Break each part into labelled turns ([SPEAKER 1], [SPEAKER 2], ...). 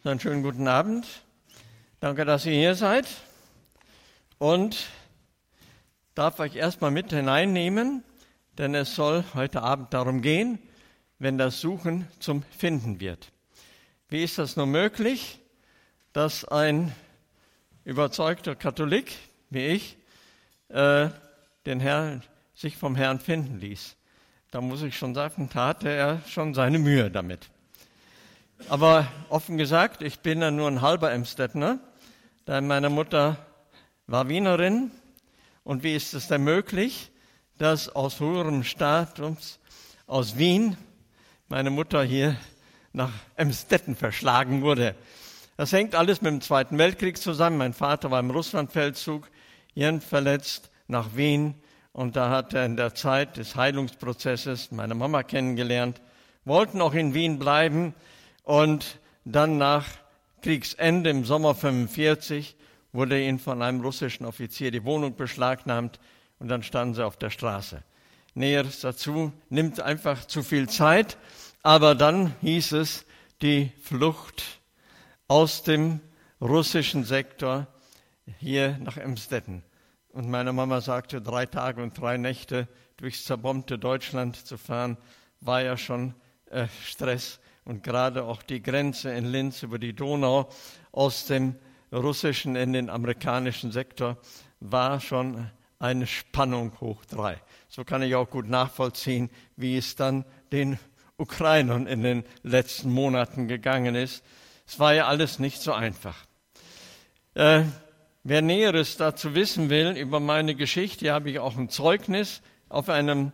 [SPEAKER 1] Einen schönen guten Abend. Danke, dass ihr hier seid. Und darf euch erstmal mit hineinnehmen, denn es soll heute Abend darum gehen, wenn das Suchen zum Finden wird. Wie ist das nur möglich, dass ein überzeugter Katholik wie ich den Herrn sich vom Herrn finden ließ? Da muss ich schon sagen, da hatte er schon seine Mühe damit. Aber offen gesagt, ich bin ja nur ein halber Emstettener, denn meine Mutter war Wienerin. Und wie ist es denn möglich, dass aus höherem Status, aus Wien, meine Mutter hier nach Emstetten verschlagen wurde? Das hängt alles mit dem Zweiten Weltkrieg zusammen. Mein Vater war im Russlandfeldzug, hirnverletzt, nach Wien. Und da hat er in der Zeit des Heilungsprozesses meine Mama kennengelernt, wollten auch in Wien bleiben. Und dann nach Kriegsende im Sommer 1945 wurde ihnen von einem russischen Offizier die Wohnung beschlagnahmt und dann standen sie auf der Straße. Näheres dazu nimmt einfach zu viel Zeit, aber dann hieß es die Flucht aus dem russischen Sektor hier nach Emstetten. Und meine Mama sagte, 3 Tage und 3 Nächte durchs zerbombte Deutschland zu fahren, war ja schon Stress. Und gerade auch die Grenze in Linz über die Donau aus dem russischen in den amerikanischen Sektor war schon eine Spannung hoch 3. So kann ich auch gut nachvollziehen, wie es dann den Ukrainern in den letzten Monaten gegangen ist. Es war ja alles nicht so einfach. Wer Näheres dazu wissen will, über meine Geschichte, habe ich auch ein Zeugnis auf einer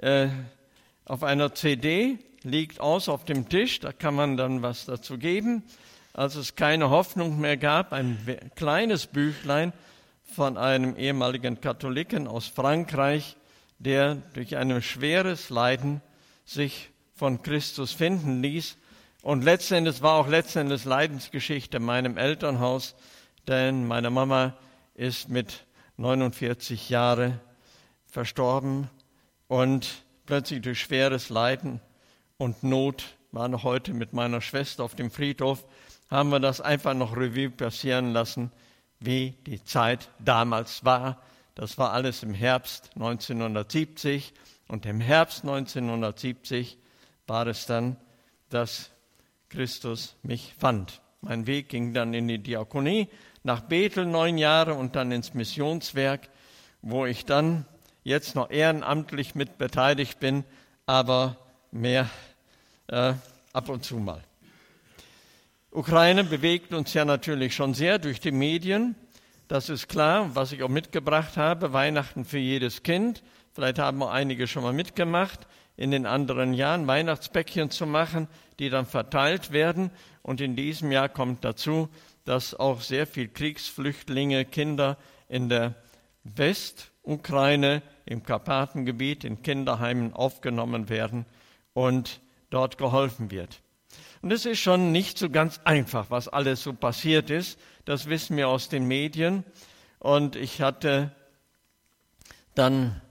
[SPEAKER 1] CD, liegt auf dem Tisch, da kann man dann was dazu geben. Als es keine Hoffnung mehr gab, ein kleines Büchlein von einem ehemaligen Katholiken aus Frankreich, der durch ein schweres Leiden sich von Christus finden ließ. Und letztendlich war auch Leidensgeschichte in meinem Elternhaus, denn meine Mama ist mit 49 Jahren verstorben und plötzlich durch schweres Leiden und Not, war noch heute mit meiner Schwester auf dem Friedhof, haben wir das einfach noch Revue passieren lassen, wie die Zeit damals war. Das war alles im Herbst 1970 und im Herbst 1970 war es dann, dass Christus mich fand. Mein Weg ging dann in die Diakonie, nach Bethel 9 Jahre und dann ins Missionswerk, wo ich dann jetzt noch ehrenamtlich mit beteiligt bin, aber mehr ab und zu mal. Ukraine bewegt uns ja natürlich schon sehr durch die Medien. Das ist klar, was ich auch mitgebracht habe, Weihnachten für jedes Kind. Vielleicht haben auch einige schon mal mitgemacht, in den anderen Jahren Weihnachtsbäckchen zu machen, die dann verteilt werden. Und in diesem Jahr kommt dazu, dass auch sehr viel Kriegsflüchtlinge, Kinder in der Westukraine, im Karpatengebiet, in Kinderheimen aufgenommen werden und dort geholfen wird. Und es ist schon nicht so ganz einfach, was alles so passiert ist. Das wissen wir aus den Medien. Und ich hatte dann,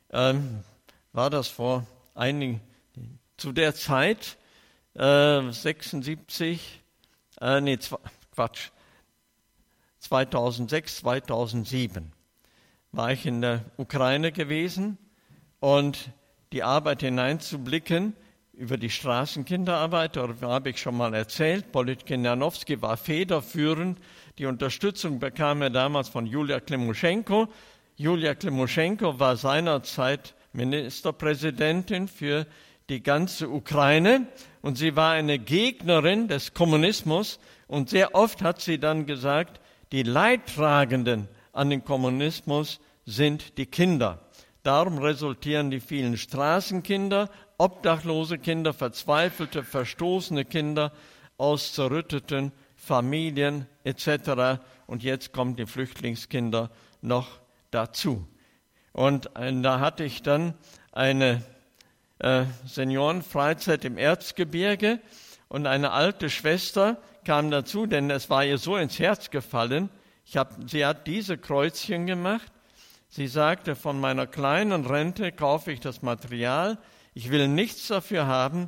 [SPEAKER 1] zu der Zeit, 2006, 2007, war ich in der Ukraine gewesen und die Arbeit hineinzublicken, über die Straßenkinderarbeit, darüber habe ich schon mal erzählt. Polytkin Janowski war federführend. Die Unterstützung bekam er damals von Julia Tymoschenko. Julia Tymoschenko war seinerzeit Ministerpräsidentin für die ganze Ukraine und sie war eine Gegnerin des Kommunismus und sehr oft hat sie dann gesagt, die Leidtragenden an den Kommunismus sind die Kinder. Darum resultieren die vielen Straßenkinder, obdachlose Kinder, verzweifelte, verstoßene Kinder aus zerrütteten Familien etc. Und jetzt kommen die Flüchtlingskinder noch dazu. Und da hatte ich dann eine Seniorenfreizeit im Erzgebirge und eine alte Schwester kam dazu, denn es war ihr so ins Herz gefallen. Sie hat diese Kreuzchen gemacht. Sie sagte, von meiner kleinen Rente kaufe ich das Material. Ich will nichts dafür haben,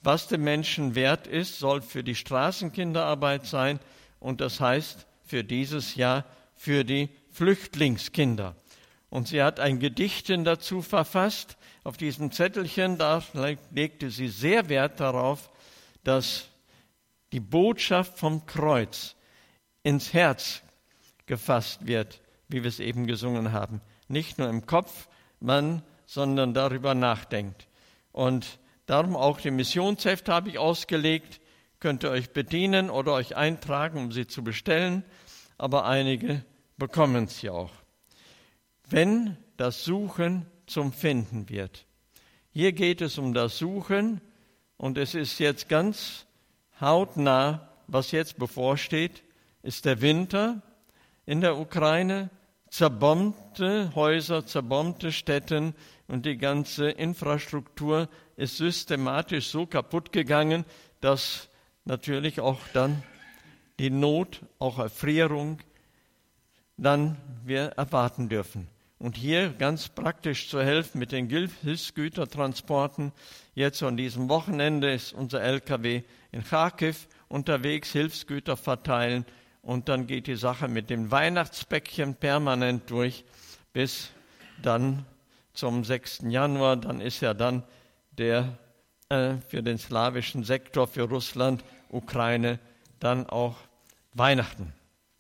[SPEAKER 1] was dem Menschen wert ist, soll für die Straßenkinderarbeit sein und das heißt für dieses Jahr für die Flüchtlingskinder. Und sie hat ein Gedichtchen dazu verfasst. Auf diesem Zettelchen, da legte sie sehr Wert darauf, dass die Botschaft vom Kreuz ins Herz gefasst wird, wie wir es eben gesungen haben. Nicht nur im Kopf, sondern darüber nachdenkt. Und darum auch die Missionshefte habe ich ausgelegt. Könnt ihr euch bedienen oder euch eintragen, um sie zu bestellen. Aber einige bekommen es ja auch. Wenn das Suchen zum Finden wird. Hier geht es um das Suchen und es ist jetzt ganz hautnah, was jetzt bevorsteht, ist der Winter in der Ukraine, zerbombte Häuser, zerbombte Städten und die ganze Infrastruktur ist systematisch so kaputt gegangen, dass natürlich auch dann die Not, auch Erfrierung, dann wir erwarten dürfen. Und hier ganz praktisch zu helfen mit den Hilfsgütertransporten. Jetzt an diesem Wochenende ist unser LKW in Charkiw unterwegs, Hilfsgüter verteilen. Und dann geht die Sache mit dem Weihnachtsbäckchen permanent durch bis dann zum 6. Januar. Dann ist ja dann der für den slawischen Sektor, für Russland, Ukraine, dann auch Weihnachten.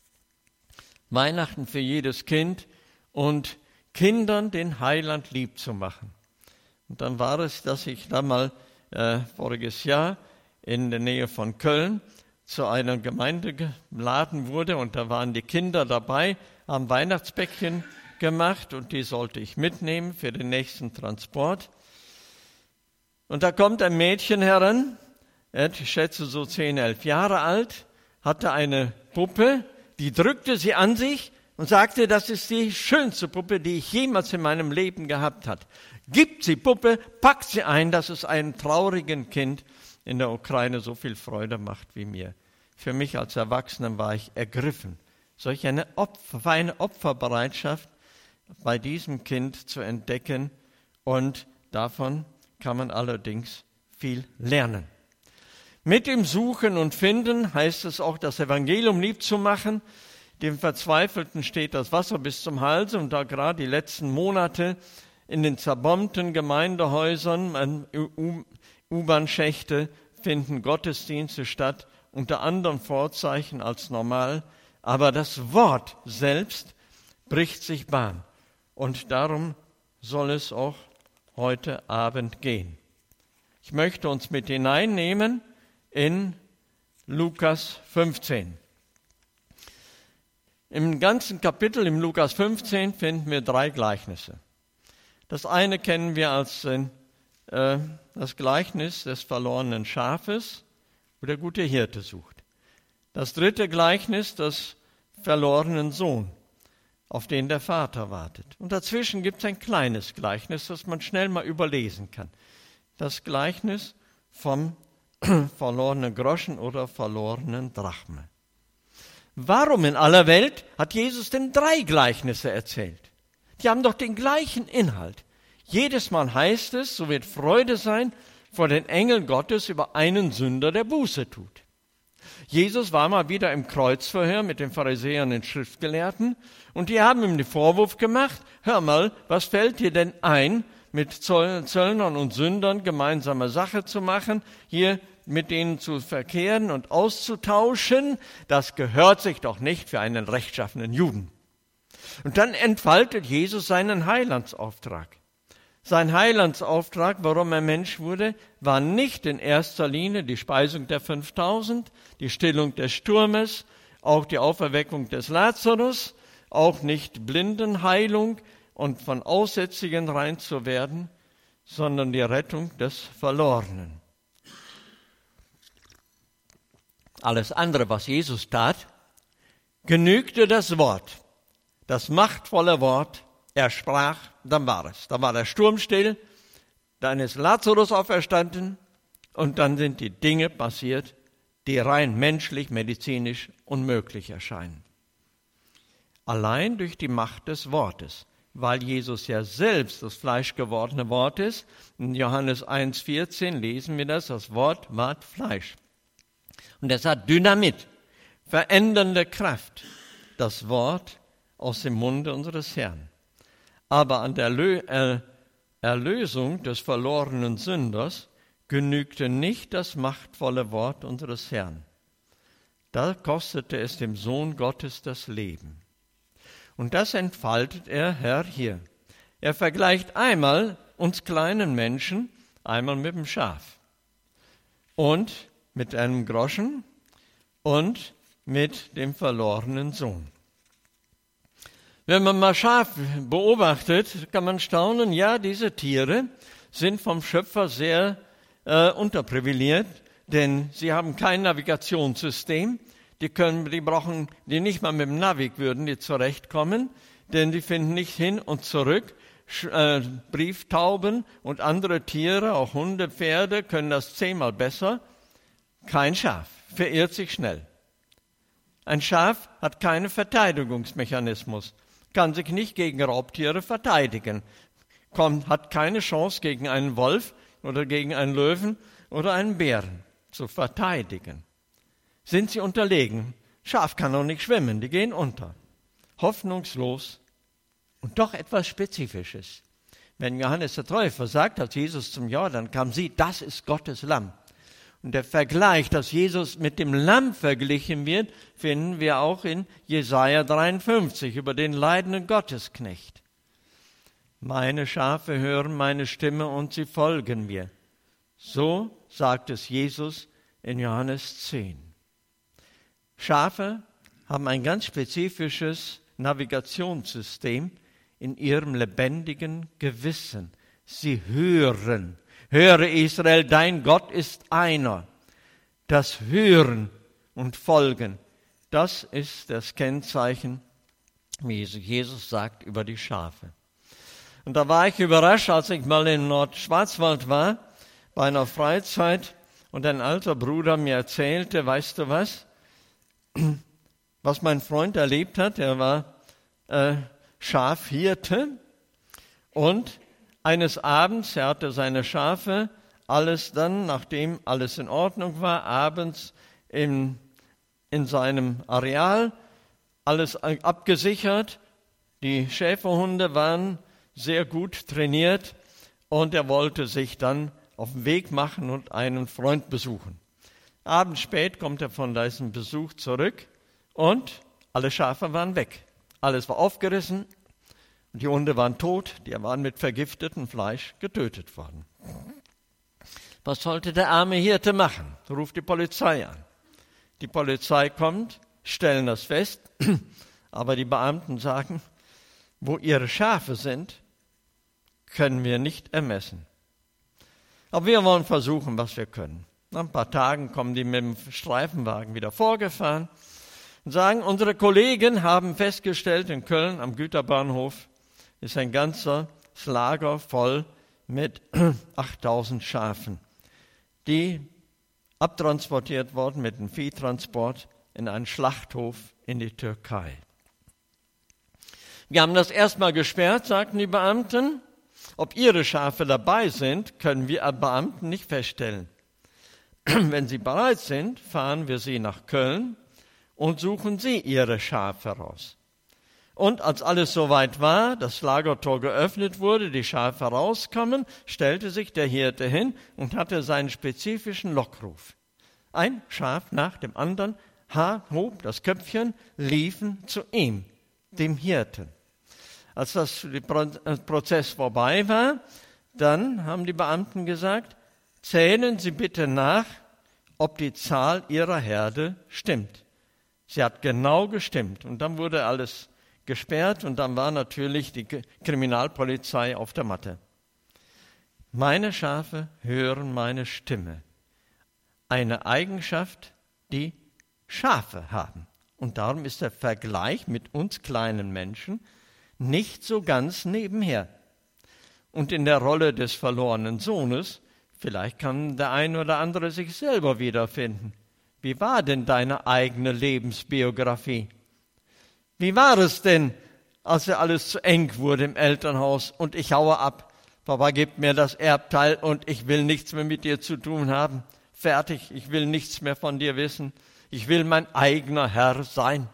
[SPEAKER 1] Weihnachten für jedes Kind und Kindern den Heiland lieb zu machen. Und dann war es, dass ich da mal voriges Jahr in der Nähe von Köln zu einer Gemeinde geladen wurde und da waren die Kinder dabei, haben Weihnachtsbäckchen gemacht und die sollte ich mitnehmen für den nächsten Transport. Und da kommt ein Mädchen heran, ich schätze so 10, 11 Jahre alt, hatte eine Puppe, die drückte sie an sich und sagte, das ist die schönste Puppe, die ich jemals in meinem Leben gehabt habe. Gibt sie Puppe, packt sie ein, dass es einem traurigen Kind in der Ukraine so viel Freude macht wie mir. Für mich als Erwachsener war ich ergriffen. Solch eine Opferbereitschaft bei diesem Kind zu entdecken und davon kann man allerdings viel lernen. Mit dem Suchen und Finden heißt es auch, das Evangelium lieb zu machen. Dem Verzweifelten steht das Wasser bis zum Halse und da gerade die letzten Monate in den zerbombten Gemeindehäusern, U-Bahn-Schächte finden Gottesdienste statt, unter anderen Vorzeichen als normal, aber das Wort selbst bricht sich Bahn und darum soll es auch heute Abend gehen. Ich möchte uns mit hineinnehmen in Lukas 15. Im ganzen Kapitel im Lukas 15 finden wir 3 Gleichnisse. Das eine kennen wir als das Gleichnis des verlorenen Schafes, wo der gute Hirte sucht. Das dritte Gleichnis des verlorenen Sohn, auf den der Vater wartet. Und dazwischen gibt es ein kleines Gleichnis, das man schnell mal überlesen kann. Das Gleichnis vom verlorenen Groschen oder verlorenen Drachme. Warum in aller Welt hat Jesus denn 3 Gleichnisse erzählt? Die haben doch den gleichen Inhalt. Jedes Mal heißt es, so wird Freude sein vor den Engeln Gottes über einen Sünder, der Buße tut. Jesus war mal wieder im Kreuzverhör mit den Pharisäern und den Schriftgelehrten und die haben ihm den Vorwurf gemacht, hör mal, was fällt dir denn ein, mit Zöllnern und Sündern gemeinsame Sache zu machen, hier mit denen zu verkehren und auszutauschen, das gehört sich doch nicht für einen rechtschaffenen Juden. Und dann entfaltet Jesus seinen Heilandsauftrag. Sein Heilandsauftrag, warum er Mensch wurde, war nicht in erster Linie die Speisung der 5000, die Stillung des Sturmes, auch die Auferweckung des Lazarus, auch nicht Blindenheilung und von Aussätzigen rein zu werden, sondern die Rettung des Verlorenen. Alles andere, was Jesus tat, genügte das Wort, das machtvolle Wort. Er sprach, dann war es. Da war der Sturm still, dann ist Lazarus auferstanden und dann sind die Dinge passiert, die rein menschlich, medizinisch unmöglich erscheinen. Allein durch die Macht des Wortes weil Jesus ja selbst das fleischgewordene Wort ist. In Johannes 1,14 lesen wir das Wort ward Fleisch. Und es hat Dynamit, verändernde Kraft, das Wort aus dem Munde unseres Herrn. Aber an der Erlösung des verlorenen Sünders genügte nicht das machtvolle Wort unseres Herrn. Da kostete es dem Sohn Gottes das Leben. Und das entfaltet Herr hier. Er vergleicht einmal uns kleinen Menschen, einmal mit dem Schaf und mit einem Groschen und mit dem verlorenen Sohn. Wenn man mal Schaf beobachtet, kann man staunen, ja, diese Tiere sind vom Schöpfer sehr unterprivilegiert, denn sie haben kein Navigationssystem. Die brauchen die nicht mal mit dem Navi würden die zurechtkommen, denn die finden nicht hin und zurück. Brieftauben und andere Tiere, auch Hunde, Pferde, können das 10-mal besser. Kein Schaf, verirrt sich schnell. Ein Schaf hat keinen Verteidigungsmechanismus, kann sich nicht gegen Raubtiere verteidigen, hat keine Chance gegen einen Wolf oder gegen einen Löwen oder einen Bären zu verteidigen. Sind sie unterlegen? Schaf kann auch nicht schwimmen, die gehen unter. Hoffnungslos und doch etwas Spezifisches. Wenn Johannes der Täufer sagt, als Jesus zum Jordan kam, sieh, das ist Gottes Lamm. Und der Vergleich, dass Jesus mit dem Lamm verglichen wird, finden wir auch in Jesaja 53 über den leidenden Gottesknecht. Meine Schafe hören meine Stimme und sie folgen mir. So sagt es Jesus in Johannes 10. Schafe haben ein ganz spezifisches Navigationssystem in ihrem lebendigen Gewissen. Sie hören. Höre Israel, dein Gott ist einer. Das Hören und Folgen, das ist das Kennzeichen, wie Jesus sagt, über die Schafe. Und da war ich überrascht, als ich mal in Nordschwarzwald war, bei einer Freizeit, und ein alter Bruder mir erzählte, weißt du was mein Freund erlebt hat? Er war Schafhirte und eines Abends, er hatte seine Schafe, alles dann, nachdem alles in Ordnung war, abends in seinem Areal, alles abgesichert. Die Schäferhunde waren sehr gut trainiert und er wollte sich dann auf den Weg machen und einen Freund besuchen. Abends spät kommt er von diesem Besuch zurück und alle Schafe waren weg. Alles war aufgerissen. Die Hunde waren tot, die waren mit vergiftetem Fleisch getötet worden. Was sollte der arme Hirte machen? Ruft die Polizei an. Die Polizei kommt, stellen das fest, aber die Beamten sagen, wo ihre Schafe sind, können wir nicht ermessen. Aber wir wollen versuchen, was wir können. Nach ein paar Tagen kommen die mit dem Streifenwagen wieder vorgefahren und sagen, unsere Kollegen haben festgestellt, in Köln am Güterbahnhof ist ein ganzes Lager voll mit 8000 Schafen, die abtransportiert wurden mit dem Viehtransport in einen Schlachthof in die Türkei. Wir haben das erstmal gesperrt, sagten die Beamten. Ob ihre Schafe dabei sind, können wir als Beamten nicht feststellen. Wenn sie bereit sind, fahren wir sie nach Köln und suchen sie ihre Schafe raus. Und als alles soweit war, das Lagertor geöffnet wurde, die Schafe rauskommen, stellte sich der Hirte hin und hatte seinen spezifischen Lockruf. Ein Schaf nach dem anderen hob das Köpfchen, liefen zu ihm, dem Hirten. Als der Prozess vorbei war, dann haben die Beamten gesagt, zählen Sie bitte nach, ob die Zahl Ihrer Herde stimmt. Sie hat genau gestimmt und dann wurde alles gesperrt und dann war natürlich die Kriminalpolizei auf der Matte. Meine Schafe hören meine Stimme. Eine Eigenschaft, die Schafe haben. Und darum ist der Vergleich mit uns kleinen Menschen nicht so ganz nebenher. Und in der Rolle des verlorenen Sohnes, vielleicht kann der eine oder andere sich selber wiederfinden. Wie war denn deine eigene Lebensbiografie? Wie war es denn, als alles zu eng wurde im Elternhaus und ich haue ab. Papa gibt mir das Erbteil und ich will nichts mehr mit dir zu tun haben. Fertig, ich will nichts mehr von dir wissen. Ich will mein eigener Herr sein.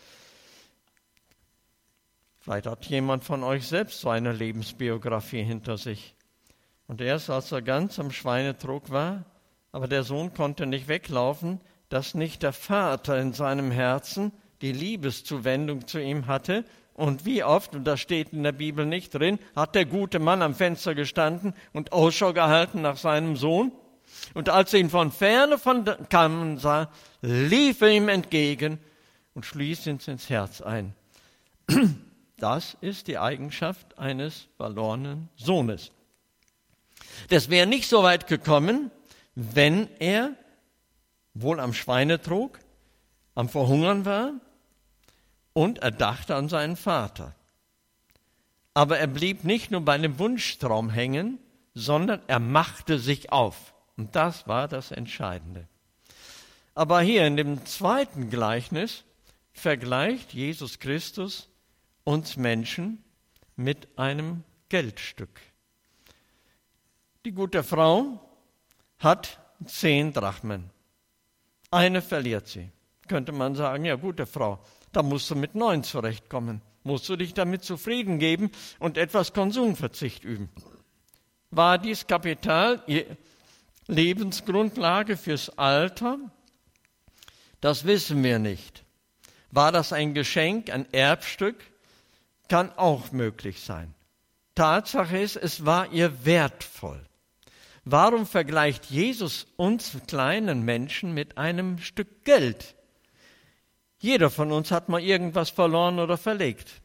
[SPEAKER 1] Vielleicht hat jemand von euch selbst so eine Lebensbiografie hinter sich. Und erst als er ganz am Schweinetrog war, aber der Sohn konnte nicht weglaufen, dass nicht der Vater in seinem Herzen die Liebeszuwendung zu ihm hatte. Und wie oft, und das steht in der Bibel nicht drin, hat der gute Mann am Fenster gestanden und Ausschau gehalten nach seinem Sohn. Und als er ihn von ferne kam sah, lief er ihm entgegen und schließt ihn ins Herz ein. Das ist die Eigenschaft eines verlorenen Sohnes. Das wäre nicht so weit gekommen, wenn er wohl am Schweinetrog, am Verhungern war und er dachte an seinen Vater. Aber er blieb nicht nur bei dem Wunschtraum hängen, sondern er machte sich auf. Und das war das Entscheidende. Aber hier in dem zweiten Gleichnis vergleicht Jesus Christus uns Menschen mit einem Geldstück. Die gute Frau hat 10 Drachmen. Eine verliert sie. Könnte man sagen, ja, gute Frau, da musst du mit 9 zurechtkommen. Musst du dich damit zufrieden geben und etwas Konsumverzicht üben. War dies Kapital Lebensgrundlage fürs Alter? Das wissen wir nicht. War das ein Geschenk, ein Erbstück? Kann auch möglich sein. Tatsache ist, es war ihr wertvoll. Warum vergleicht Jesus uns kleinen Menschen mit einem Stück Geld? Jeder von uns hat mal irgendwas verloren oder verlegt.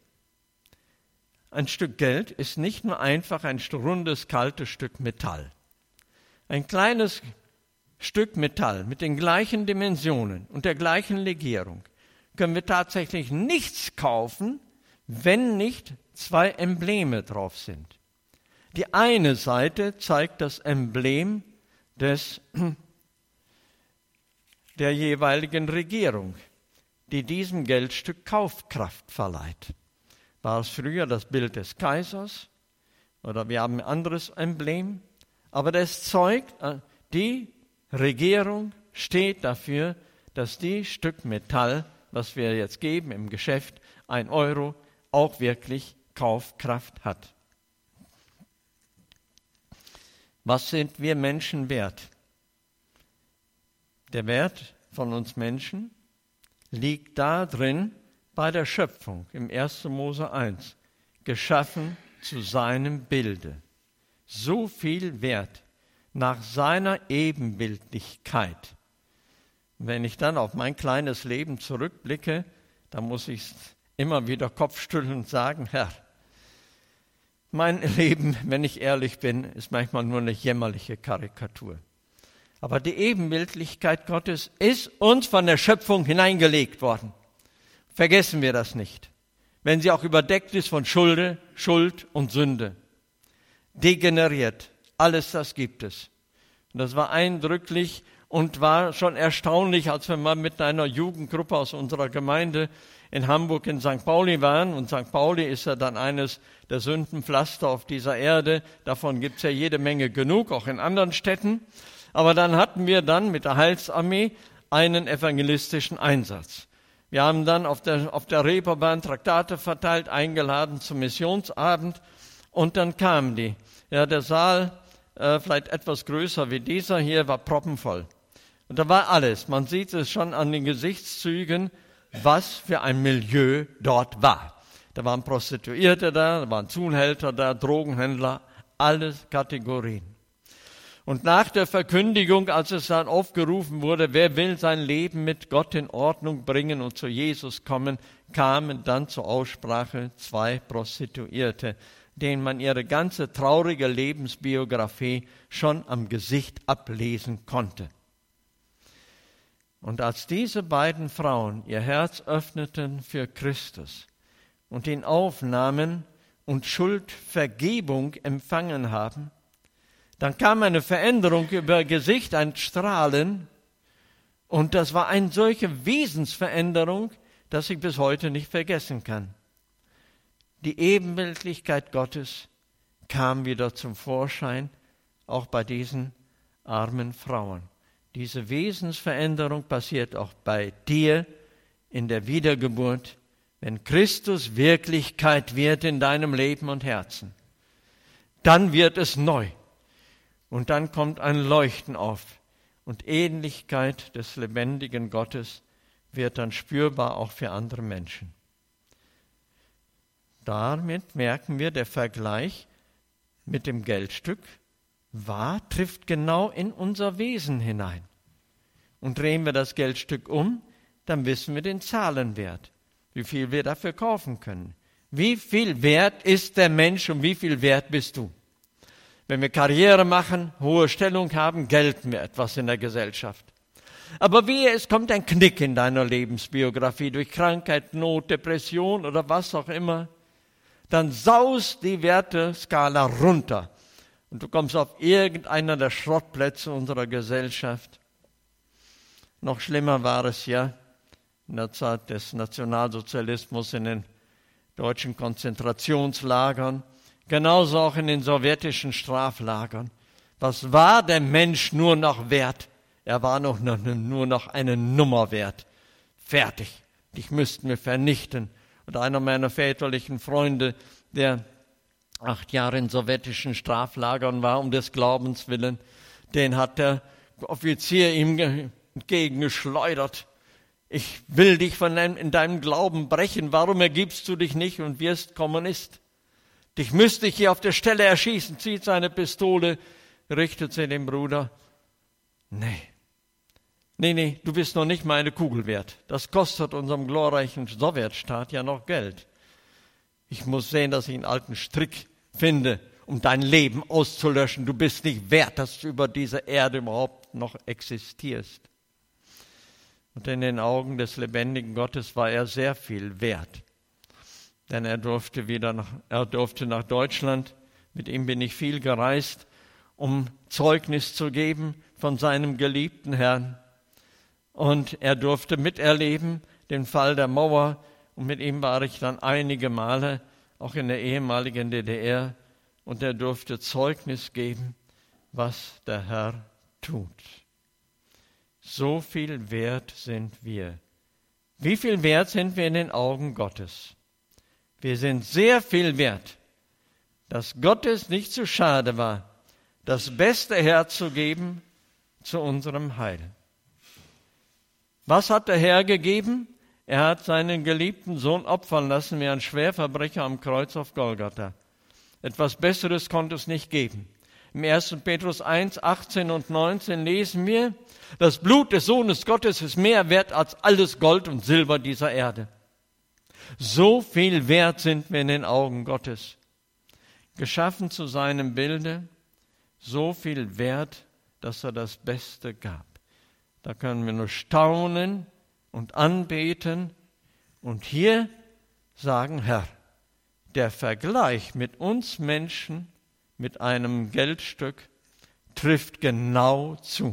[SPEAKER 1] Ein Stück Geld ist nicht nur einfach ein rundes, kaltes Stück Metall. Ein kleines Stück Metall mit den gleichen Dimensionen und der gleichen Legierung können wir tatsächlich nichts kaufen, wenn nicht 2 Embleme drauf sind. Die eine Seite zeigt das Emblem der jeweiligen Regierung, die diesem Geldstück Kaufkraft verleiht. War es früher das Bild des Kaisers oder wir haben ein anderes Emblem, aber das zeugt, die Regierung steht dafür, dass die Stück Metall, was wir jetzt geben im Geschäft, 1 Euro, auch wirklich Kaufkraft hat. Was sind wir Menschen wert? Der Wert von uns Menschen liegt darin bei der Schöpfung im 1. Mose 1, geschaffen zu seinem Bilde. So viel Wert nach seiner Ebenbildlichkeit. Wenn ich dann auf mein kleines Leben zurückblicke, dann muss ich immer wieder Kopfschütteln und sagen, Herr, mein Leben, wenn ich ehrlich bin, ist manchmal nur eine jämmerliche Karikatur. Aber die Ebenbildlichkeit Gottes ist uns von der Schöpfung hineingelegt worden. Vergessen wir das nicht. Wenn sie auch überdeckt ist von Schuld und Sünde. Degeneriert. Alles das gibt es. Und das war eindrücklich und war schon erstaunlich, als wir mal mit einer Jugendgruppe aus unserer Gemeinde in Hamburg in St. Pauli waren. Und St. Pauli ist ja dann eines der Sündenpflaster auf dieser Erde. Davon gibt es ja jede Menge genug, auch in anderen Städten. Aber dann hatten wir dann mit der Heilsarmee einen evangelistischen Einsatz. Wir haben dann auf der Reeperbahn Traktate verteilt, eingeladen zum Missionsabend. Und dann kamen die. Ja, der Saal, vielleicht etwas größer wie dieser hier, war proppenvoll. Und da war alles. Man sieht es schon an den Gesichtszügen, was für ein Milieu dort war. Da waren Prostituierte da waren Zuhälter da, Drogenhändler, alle Kategorien. Und nach der Verkündigung, als es dann aufgerufen wurde, wer will sein Leben mit Gott in Ordnung bringen und zu Jesus kommen, kamen dann zur Aussprache 2 Prostituierte, denen man ihre ganze traurige Lebensbiografie schon am Gesicht ablesen konnte. Und als diese beiden Frauen ihr Herz öffneten für Christus und ihn aufnahmen und Schuldvergebung empfangen haben, dann kam eine Veränderung über Gesicht, ein Strahlen. Und das war eine solche Wesensveränderung, dass ich bis heute nicht vergessen kann. Die Ebenbildlichkeit Gottes kam wieder zum Vorschein, auch bei diesen armen Frauen. Diese Wesensveränderung passiert auch bei dir in der Wiedergeburt, wenn Christus Wirklichkeit wird in deinem Leben und Herzen. Dann wird es neu und dann kommt ein Leuchten auf und Ähnlichkeit des lebendigen Gottes wird dann spürbar auch für andere Menschen. Damit merken wir, der Vergleich mit dem Geldstück trifft genau in unser Wesen hinein. Und drehen wir das Geldstück um, dann wissen wir den Zahlenwert, wie viel wir dafür kaufen können. Wie viel wert ist der Mensch und wie viel wert bist du? Wenn wir Karriere machen, hohe Stellung haben, gelten wir etwas in der Gesellschaft. Aber es kommt ein Knick in deiner Lebensbiografie durch Krankheit, Not, Depression oder was auch immer, dann saust die Werteskala runter und du kommst auf irgendeiner der Schrottplätze unserer Gesellschaft. Noch schlimmer war es ja in der Zeit des Nationalsozialismus in den deutschen Konzentrationslagern, genauso auch in den sowjetischen Straflagern. Was war der Mensch nur noch wert? Er war nur noch eine Nummer wert. Fertig. Dich müssten wir vernichten. Und einer meiner väterlichen Freunde, der 8 Jahre in sowjetischen Straflagern war, um des Glaubens willen, den hat der Offizier ihm entgegengeschleudert. Ich will dich in deinem Glauben brechen. Warum ergibst du dich nicht und wirst Kommunist? Dich müsste ich hier auf der Stelle erschießen. Zieht seine Pistole, richtet sie dem Bruder. Nee, du bist noch nicht mal eine Kugel wert. Das kostet unserem glorreichen Sowjetstaat ja noch Geld. Ich muss sehen, dass ich einen alten Strick finde, um dein Leben auszulöschen. Du bist nicht wert, dass du über diese Erde überhaupt noch existierst. Und in den Augen des lebendigen Gottes war er sehr viel wert. Denn er durfte nach Deutschland. Mit ihm bin ich viel gereist, um Zeugnis zu geben von seinem geliebten Herrn. Und er durfte miterleben den Fall der Mauer. Und mit ihm war ich dann einige Male, auch in der ehemaligen DDR. Und er durfte Zeugnis geben, was der Herr tut. So viel wert sind wir. Wie viel wert sind wir in den Augen Gottes? Wir sind sehr viel wert, dass Gott es nicht zu schade war, das Beste herzugeben zu unserem Heil. Was hat der Herr gegeben? Er hat seinen geliebten Sohn opfern lassen wie ein Schwerverbrecher am Kreuz auf Golgatha. Etwas Besseres konnte es nicht geben. Im 1. Petrus 1, 18 und 19 lesen wir, das Blut des Sohnes Gottes ist mehr wert als alles Gold und Silber dieser Erde. So viel wert sind wir in den Augen Gottes. Geschaffen zu seinem Bilde, so viel wert, dass er das Beste gab. Da können wir nur staunen und anbeten und hier sagen, Herr, der Vergleich mit uns Menschen, mit einem Geldstück, trifft genau zu.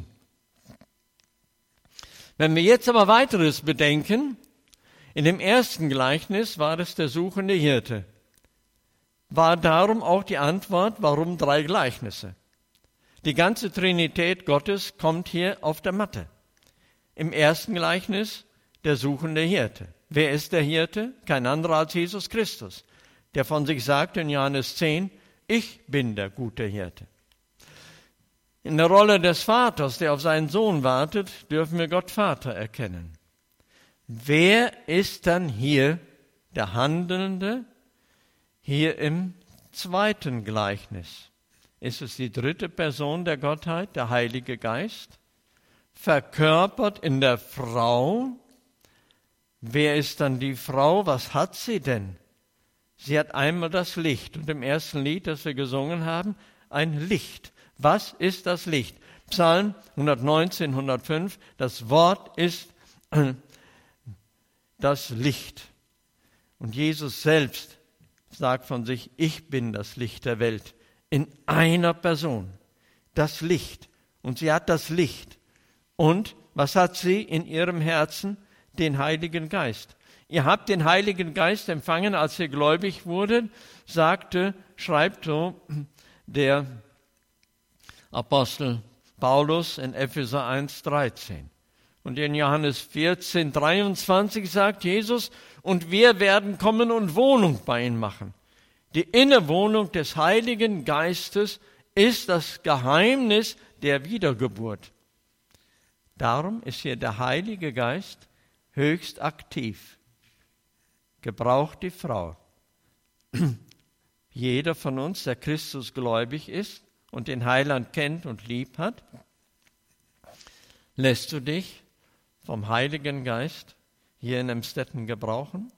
[SPEAKER 1] Wenn wir jetzt aber weiteres bedenken, in dem ersten Gleichnis war es der suchende Hirte. War darum auch die Antwort, warum 3 Gleichnisse? Die ganze Trinität Gottes kommt hier auf der Matte. Im ersten Gleichnis der suchende Hirte. Wer ist der Hirte? Kein anderer als Jesus Christus, der von sich sagt in Johannes 10, ich bin der gute Hirte. In der Rolle des Vaters, der auf seinen Sohn wartet, dürfen wir Gott Vater erkennen. Wer ist dann hier der Handelnde? Hier im zweiten Gleichnis. Ist es die 3. Person der Gottheit, der Heilige Geist? Verkörpert in der Frau. Wer ist dann die Frau? Was hat sie denn? Sie hat einmal das Licht. Und im ersten Lied, das wir gesungen haben, ein Licht. Was ist das Licht? Psalm 119, 105. Das Wort ist das Licht. Und Jesus selbst sagt von sich, ich bin das Licht der Welt. In einer Person. Das Licht. Und sie hat das Licht. Und was hat sie in ihrem Herzen? Den Heiligen Geist. Ihr habt den Heiligen Geist empfangen, als ihr gläubig wurdet, schreibt so der Apostel Paulus in Epheser 1,13. Und in Johannes 14,23 sagt Jesus, und wir werden kommen und Wohnung bei ihnen machen. Die Innewohnung des Heiligen Geistes ist das Geheimnis der Wiedergeburt. Darum ist hier der Heilige Geist höchst aktiv. Gebraucht die Frau. Jeder von uns, der Christus gläubig ist und den Heiland kennt und lieb hat, lässt du dich vom Heiligen Geist hier in Emstetten gebrauchen?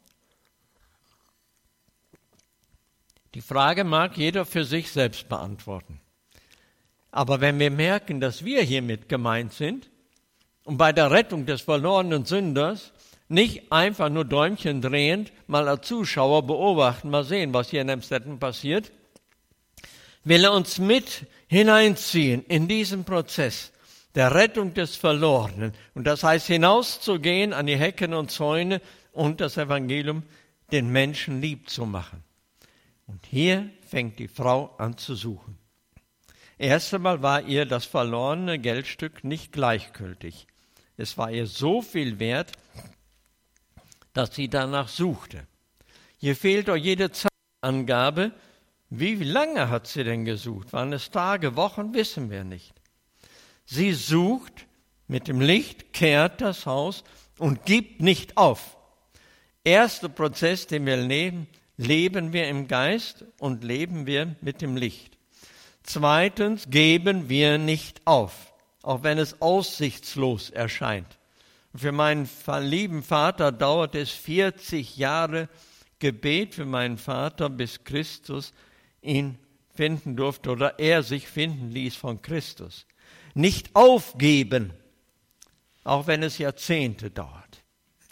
[SPEAKER 1] Die Frage mag jeder für sich selbst beantworten. Aber wenn wir merken, dass wir hiermit gemeint sind und bei der Rettung des verlorenen Sünders nicht einfach nur Däumchen drehend mal als Zuschauer beobachten, mal sehen, was hier in Emstetten passiert, will er uns mit hineinziehen in diesen Prozess der Rettung des Verlorenen. Und das heißt, hinauszugehen an die Hecken und Zäune und das Evangelium den Menschen lieb zu machen. Und hier fängt die Frau an zu suchen. Erst einmal war ihr das verlorene Geldstück nicht gleichgültig. Es war ihr so viel wert, dass sie danach suchte. Hier fehlt auch jede Zeitangabe. Wie lange hat sie denn gesucht? Waren es Tage, Wochen? Wissen wir nicht. Sie sucht mit dem Licht, kehrt das Haus und gibt nicht auf. Erster Prozess, den wir leben wir im Geist und leben wir mit dem Licht. Zweitens, geben wir nicht auf, auch wenn es aussichtslos erscheint. Für meinen lieben Vater dauert es 40 Jahre Gebet für meinen Vater, bis Christus ihn finden durfte oder er sich finden ließ von Christus. Nicht aufgeben, auch wenn es Jahrzehnte dauert.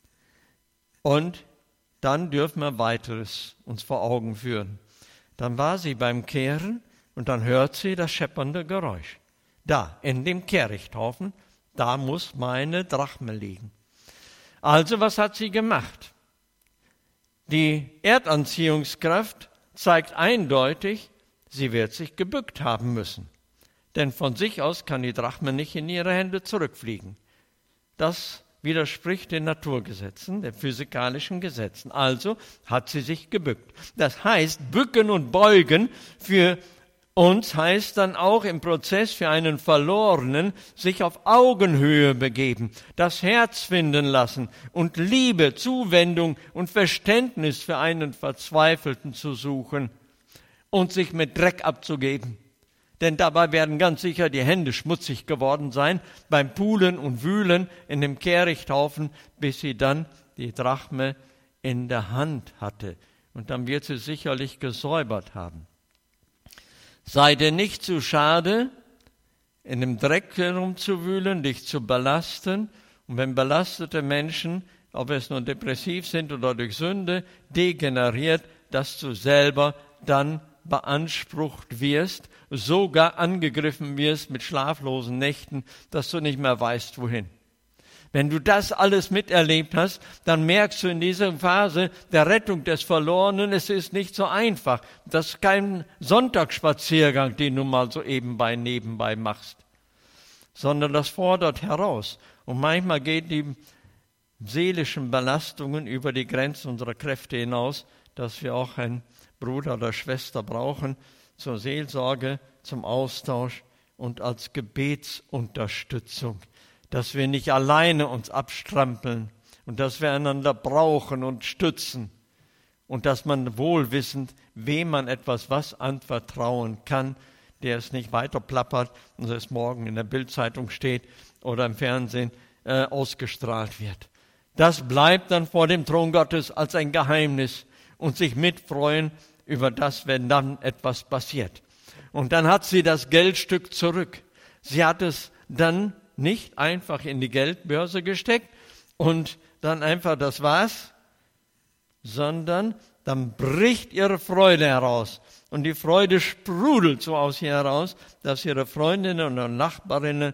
[SPEAKER 1] Und dann dürfen wir weiteres uns vor Augen führen. Dann war sie beim Kehren und dann hört sie das scheppernde Geräusch. Da, in dem Kehrichthaufen, da muss meine Drachme liegen. Also, was hat sie gemacht? Die Erdanziehungskraft zeigt eindeutig, sie wird sich gebückt haben müssen. Denn von sich aus kann die Drachme nicht in ihre Hände zurückfliegen. Das widerspricht den Naturgesetzen, den physikalischen Gesetzen. Also hat sie sich gebückt. Das heißt, bücken und beugen für uns heißt dann auch im Prozess für einen Verlorenen sich auf Augenhöhe begeben, das Herz finden lassen und Liebe, Zuwendung und Verständnis für einen Verzweifelten zu suchen und sich mit Dreck abzugeben. Denn dabei werden ganz sicher die Hände schmutzig geworden sein beim Pulen und Wühlen in dem Kehrichthaufen, bis sie dann die Drachme in der Hand hatte. Und dann wird sie sicherlich gesäubert haben. Sei dir nicht zu schade, in dem Dreck herumzuwühlen, dich zu belasten. Und wenn belastete Menschen, ob es nun depressiv sind oder durch Sünde, degeneriert, dass du selber dann beansprucht wirst, sogar angegriffen wirst mit schlaflosen Nächten, dass du nicht mehr weißt, wohin. Wenn du das alles miterlebt hast, dann merkst du in dieser Phase der Rettung des Verlorenen, es ist nicht so einfach. Das ist kein Sonntagsspaziergang, den du mal so nebenbei machst, sondern das fordert heraus. Und manchmal gehen die seelischen Belastungen über die Grenzen unserer Kräfte hinaus, dass wir auch einen Bruder oder Schwester brauchen zur Seelsorge, zum Austausch und als Gebetsunterstützung. Dass wir nicht alleine uns abstrampeln und dass wir einander brauchen und stützen und dass man wohlwissend, wem man was anvertrauen kann, der es nicht weiter plappert und es morgen in der Bildzeitung steht oder im Fernsehen ausgestrahlt wird. Das bleibt dann vor dem Thron Gottes als ein Geheimnis und sich mitfreuen über das, wenn dann etwas passiert. Und dann hat sie das Geldstück zurück. Sie hat es dann nicht einfach in die Geldbörse gesteckt und dann einfach das war's, sondern dann bricht ihre Freude heraus. Und die Freude sprudelt so aus ihr heraus, dass ihre Freundinnen und Nachbarinnen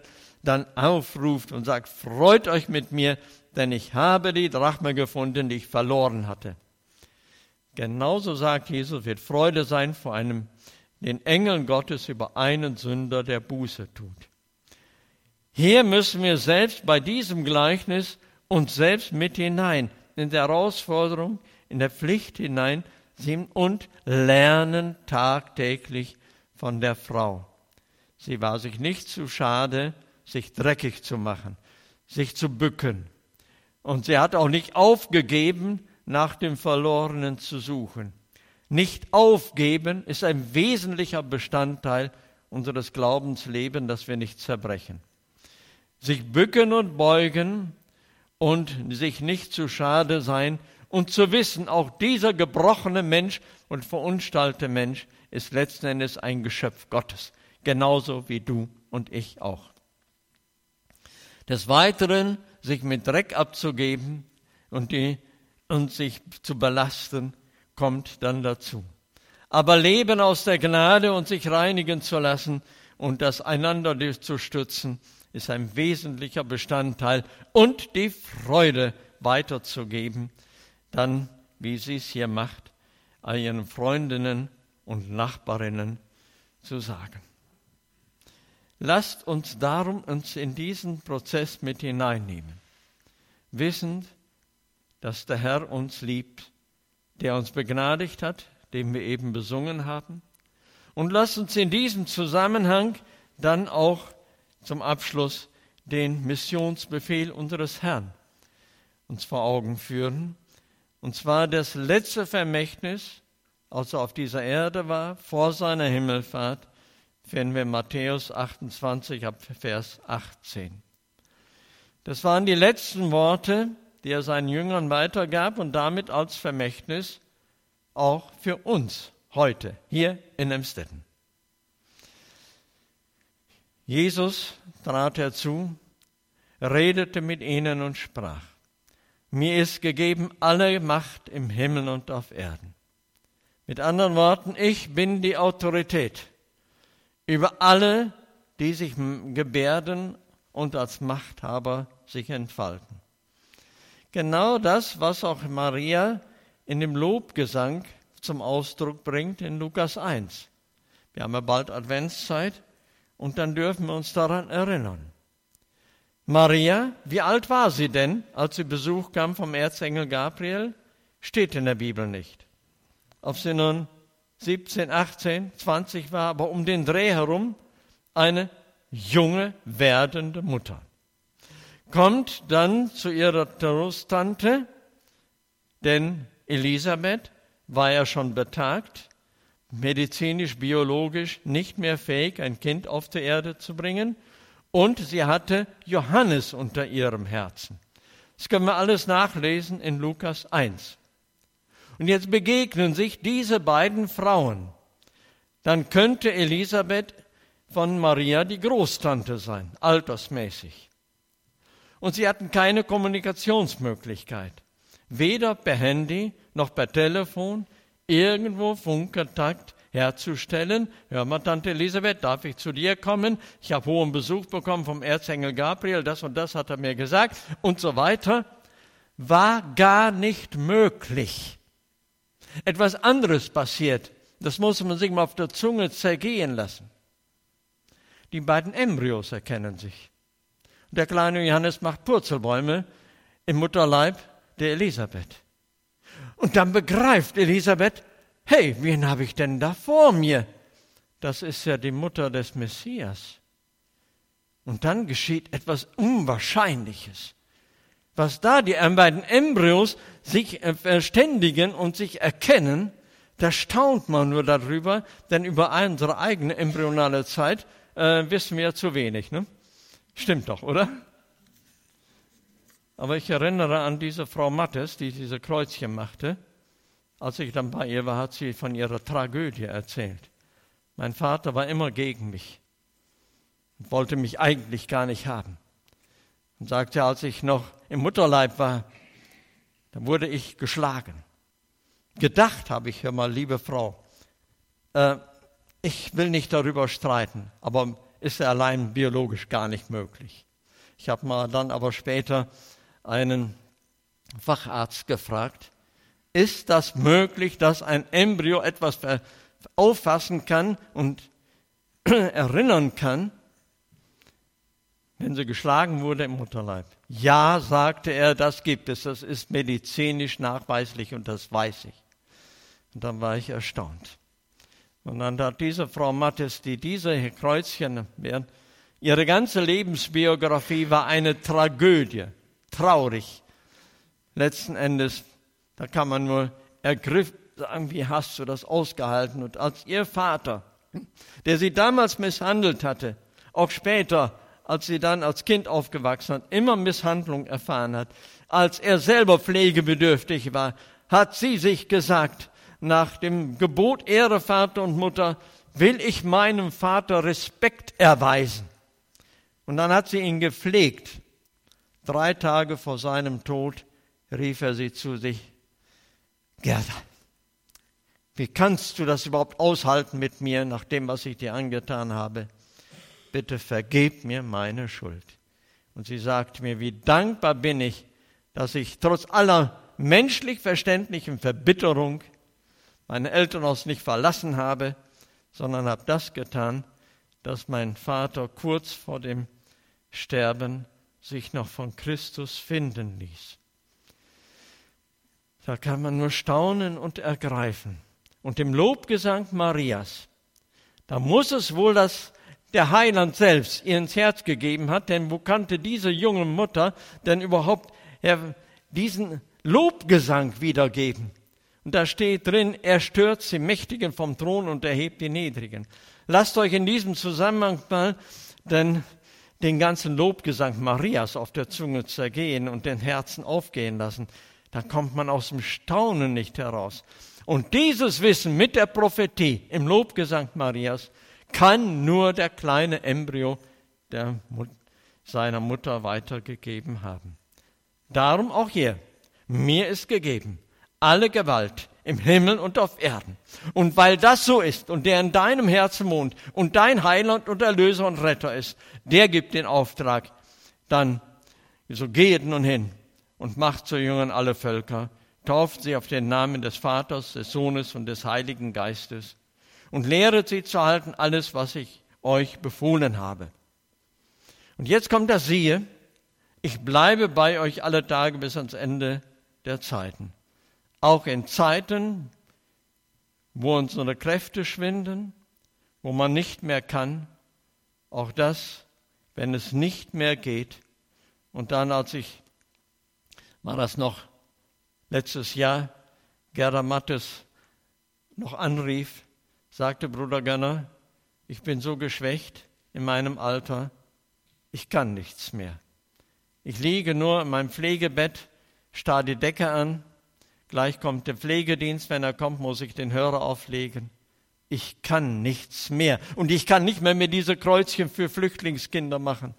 [SPEAKER 1] dann aufruft und sagt, freut euch mit mir, denn ich habe die Drachme gefunden, die ich verloren hatte. Genauso sagt Jesus, wird Freude sein vor den Engeln Gottes über einen Sünder, der Buße tut. Hier müssen wir selbst bei diesem Gleichnis uns selbst mit hinein, in der Herausforderung, in der Pflicht hinein und lernen tagtäglich von der Frau. Sie war sich nicht zu schade, sich dreckig zu machen, sich zu bücken. Und sie hat auch nicht aufgegeben, nach dem Verlorenen zu suchen. Nicht aufgeben ist ein wesentlicher Bestandteil unseres Glaubenslebens, dass wir nicht zerbrechen. Sich bücken und beugen und sich nicht zu schade sein und zu wissen, auch dieser gebrochene Mensch und verunstaltete Mensch ist letzten Endes ein Geschöpf Gottes, genauso wie du und ich auch. Des Weiteren, sich mit Dreck abzugeben und sich zu belasten, kommt dann dazu. Aber Leben aus der Gnade und sich reinigen zu lassen und das einander zu stützen, ist ein wesentlicher Bestandteil und die Freude weiterzugeben, dann, wie sie es hier macht, ihren Freundinnen und Nachbarinnen zu sagen. Lasst uns darum uns in diesen Prozess mit hineinnehmen, wissend, dass der Herr uns liebt, der uns begnadigt hat, den wir eben besungen haben. Und lasst uns in diesem Zusammenhang dann auch zum Abschluss den Missionsbefehl unseres Herrn uns vor Augen führen. Und zwar das letzte Vermächtnis, als er auf dieser Erde war, vor seiner Himmelfahrt, finden wir in Matthäus 28 ab Vers 18. Das waren die letzten Worte, die er seinen Jüngern weitergab und damit als Vermächtnis auch für uns heute hier in Emstetten. Jesus trat herzu, redete mit ihnen und sprach, mir ist gegeben alle Macht im Himmel und auf Erden. Mit anderen Worten, ich bin die Autorität über alle, die sich gebärden und als Machthaber sich entfalten. Genau das, was auch Maria in dem Lobgesang zum Ausdruck bringt in Lukas 1. Wir haben ja bald Adventszeit und dann dürfen wir uns daran erinnern. Maria, wie alt war sie denn, als sie Besuch kam vom Erzengel Gabriel? Steht in der Bibel nicht. Ob sie nun 17, 18, 20 war, aber um den Dreh herum eine junge, werdende Mutter. Kommt dann zu ihrer Trosttante, denn Elisabeth war ja schon betagt, medizinisch, biologisch nicht mehr fähig, ein Kind auf die Erde zu bringen. Und sie hatte Johannes unter ihrem Herzen. Das können wir alles nachlesen in Lukas 1. Und jetzt begegnen sich diese beiden Frauen. Dann könnte Elisabeth von Maria die Großtante sein, altersmäßig. Und sie hatten keine Kommunikationsmöglichkeit. Weder per Handy noch per Telefon irgendwo Funkkontakt herzustellen. Hör mal, Tante Elisabeth, darf ich zu dir kommen? Ich habe hohen Besuch bekommen vom Erzengel Gabriel, das und das hat er mir gesagt und so weiter. War gar nicht möglich. Etwas anderes passiert. Das muss man sich mal auf der Zunge zergehen lassen. Die beiden Embryos erkennen sich. Der kleine Johannes macht Purzelbäume im Mutterleib der Elisabeth. Und dann begreift Elisabeth, hey, wen habe ich denn da vor mir? Das ist ja die Mutter des Messias. Und dann geschieht etwas Unwahrscheinliches. Was da die beiden Embryos sich verständigen und sich erkennen, da staunt man nur darüber, denn über unsere eigene embryonale Zeit wissen wir ja zu wenig. Ne? Stimmt doch, oder? Aber ich erinnere an diese Frau Mattes, die diese Kreuzchen machte. Als ich dann bei ihr war, hat sie von ihrer Tragödie erzählt. Mein Vater war immer gegen mich und wollte mich eigentlich gar nicht haben. Und sagte, als ich noch im Mutterleib war, da wurde ich geschlagen. Gedacht habe ich, hör mal, liebe Frau, ich will nicht darüber streiten, aber ist er allein biologisch gar nicht möglich. Ich habe mal dann aber später einen Facharzt gefragt, ist das möglich, dass ein Embryo etwas auffassen kann und erinnern kann, wenn sie geschlagen wurde im Mutterleib? Ja, sagte er, das gibt es, das ist medizinisch nachweislich und das weiß ich. Und dann war ich erstaunt. Und dann hat diese Frau Mattes, die diese Kreuzchen während ihre ganze Lebensbiografie war eine Tragödie, traurig. Letzten Endes, da kann man nur ergriffen sagen, wie hast du das ausgehalten? Und als ihr Vater, der sie damals misshandelt hatte, auch später, als sie dann als Kind aufgewachsen hat, immer Misshandlung erfahren hat, als er selber pflegebedürftig war, hat sie sich gesagt, nach dem Gebot Ehre Vater und Mutter, will ich meinem Vater Respekt erweisen. Und dann hat sie ihn gepflegt. 3 Tage vor seinem Tod rief er sie zu sich, Gerda, wie kannst du das überhaupt aushalten mit mir, nach dem, was ich dir angetan habe? Bitte vergib mir meine Schuld. Und sie sagt mir, wie dankbar bin ich, dass ich trotz aller menschlich verständlichen Verbitterung mein Elternhaus nicht verlassen habe, sondern habe das getan, dass mein Vater kurz vor dem Sterben sich noch von Christus finden ließ. Da kann man nur staunen und ergreifen. Und im Lobgesang Marias, da muss es wohl der Heiland selbst ihr ins Herz gegeben hat, denn wo kannte diese junge Mutter denn überhaupt diesen Lobgesang wiedergeben? Und da steht drin, er stürzt die Mächtigen vom Thron und erhebt die Niedrigen. Lasst euch in diesem Zusammenhang mal den ganzen Lobgesang Marias auf der Zunge zergehen und den Herzen aufgehen lassen. Da kommt man aus dem Staunen nicht heraus. Und dieses Wissen mit der Prophetie im Lobgesang Marias kann nur der kleine Embryo seiner Mutter weitergegeben haben. Darum auch hier, mir ist gegeben alle Gewalt im Himmel und auf Erden. Und weil das so ist und der in deinem Herzen wohnt und dein Heiland und Erlöser und Retter ist, der gibt den Auftrag, dann so geht nun hin und macht zu Jüngern alle Völker, tauft sie auf den Namen des Vaters, des Sohnes und des Heiligen Geistes und lehret sie zu halten alles, was ich euch befohlen habe. Und jetzt kommt das Siehe, ich bleibe bei euch alle Tage bis ans Ende der Zeiten. Auch in Zeiten, wo unsere Kräfte schwinden, wo man nicht mehr kann, auch das, wenn es nicht mehr geht. Und dann, war das noch letztes Jahr, Gerda Mattes noch anrief, sagte Bruder Gönner, ich bin so geschwächt in meinem Alter, ich kann nichts mehr. Ich liege nur in meinem Pflegebett, starr die Decke an, gleich kommt der Pflegedienst, wenn er kommt, muss ich den Hörer auflegen. Ich kann nichts mehr und ich kann nicht mehr diese Kreuzchen für Flüchtlingskinder machen.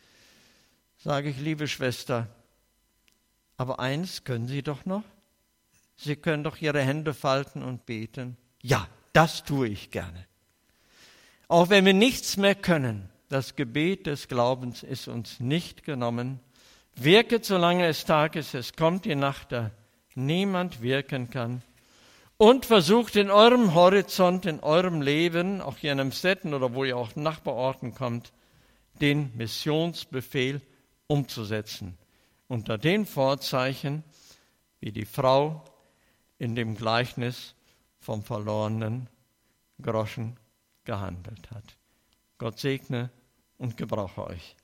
[SPEAKER 1] Sage ich, liebe Schwester, aber eins können Sie doch noch. Sie können doch Ihre Hände falten und beten. Ja, das tue ich gerne. Auch wenn wir nichts mehr können, das Gebet des Glaubens ist uns nicht genommen. Wirket, solange es Tag ist, es kommt die Nacht, da niemand wirken kann. Und versucht in eurem Horizont, in eurem Leben, auch hier in Emstetten oder wo ihr auch Nachbarorten kommt, den Missionsbefehl umzusetzen. Unter den Vorzeichen, wie die Frau in dem Gleichnis vom verlorenen Groschen gehandelt hat. Gott segne und gebrauche euch.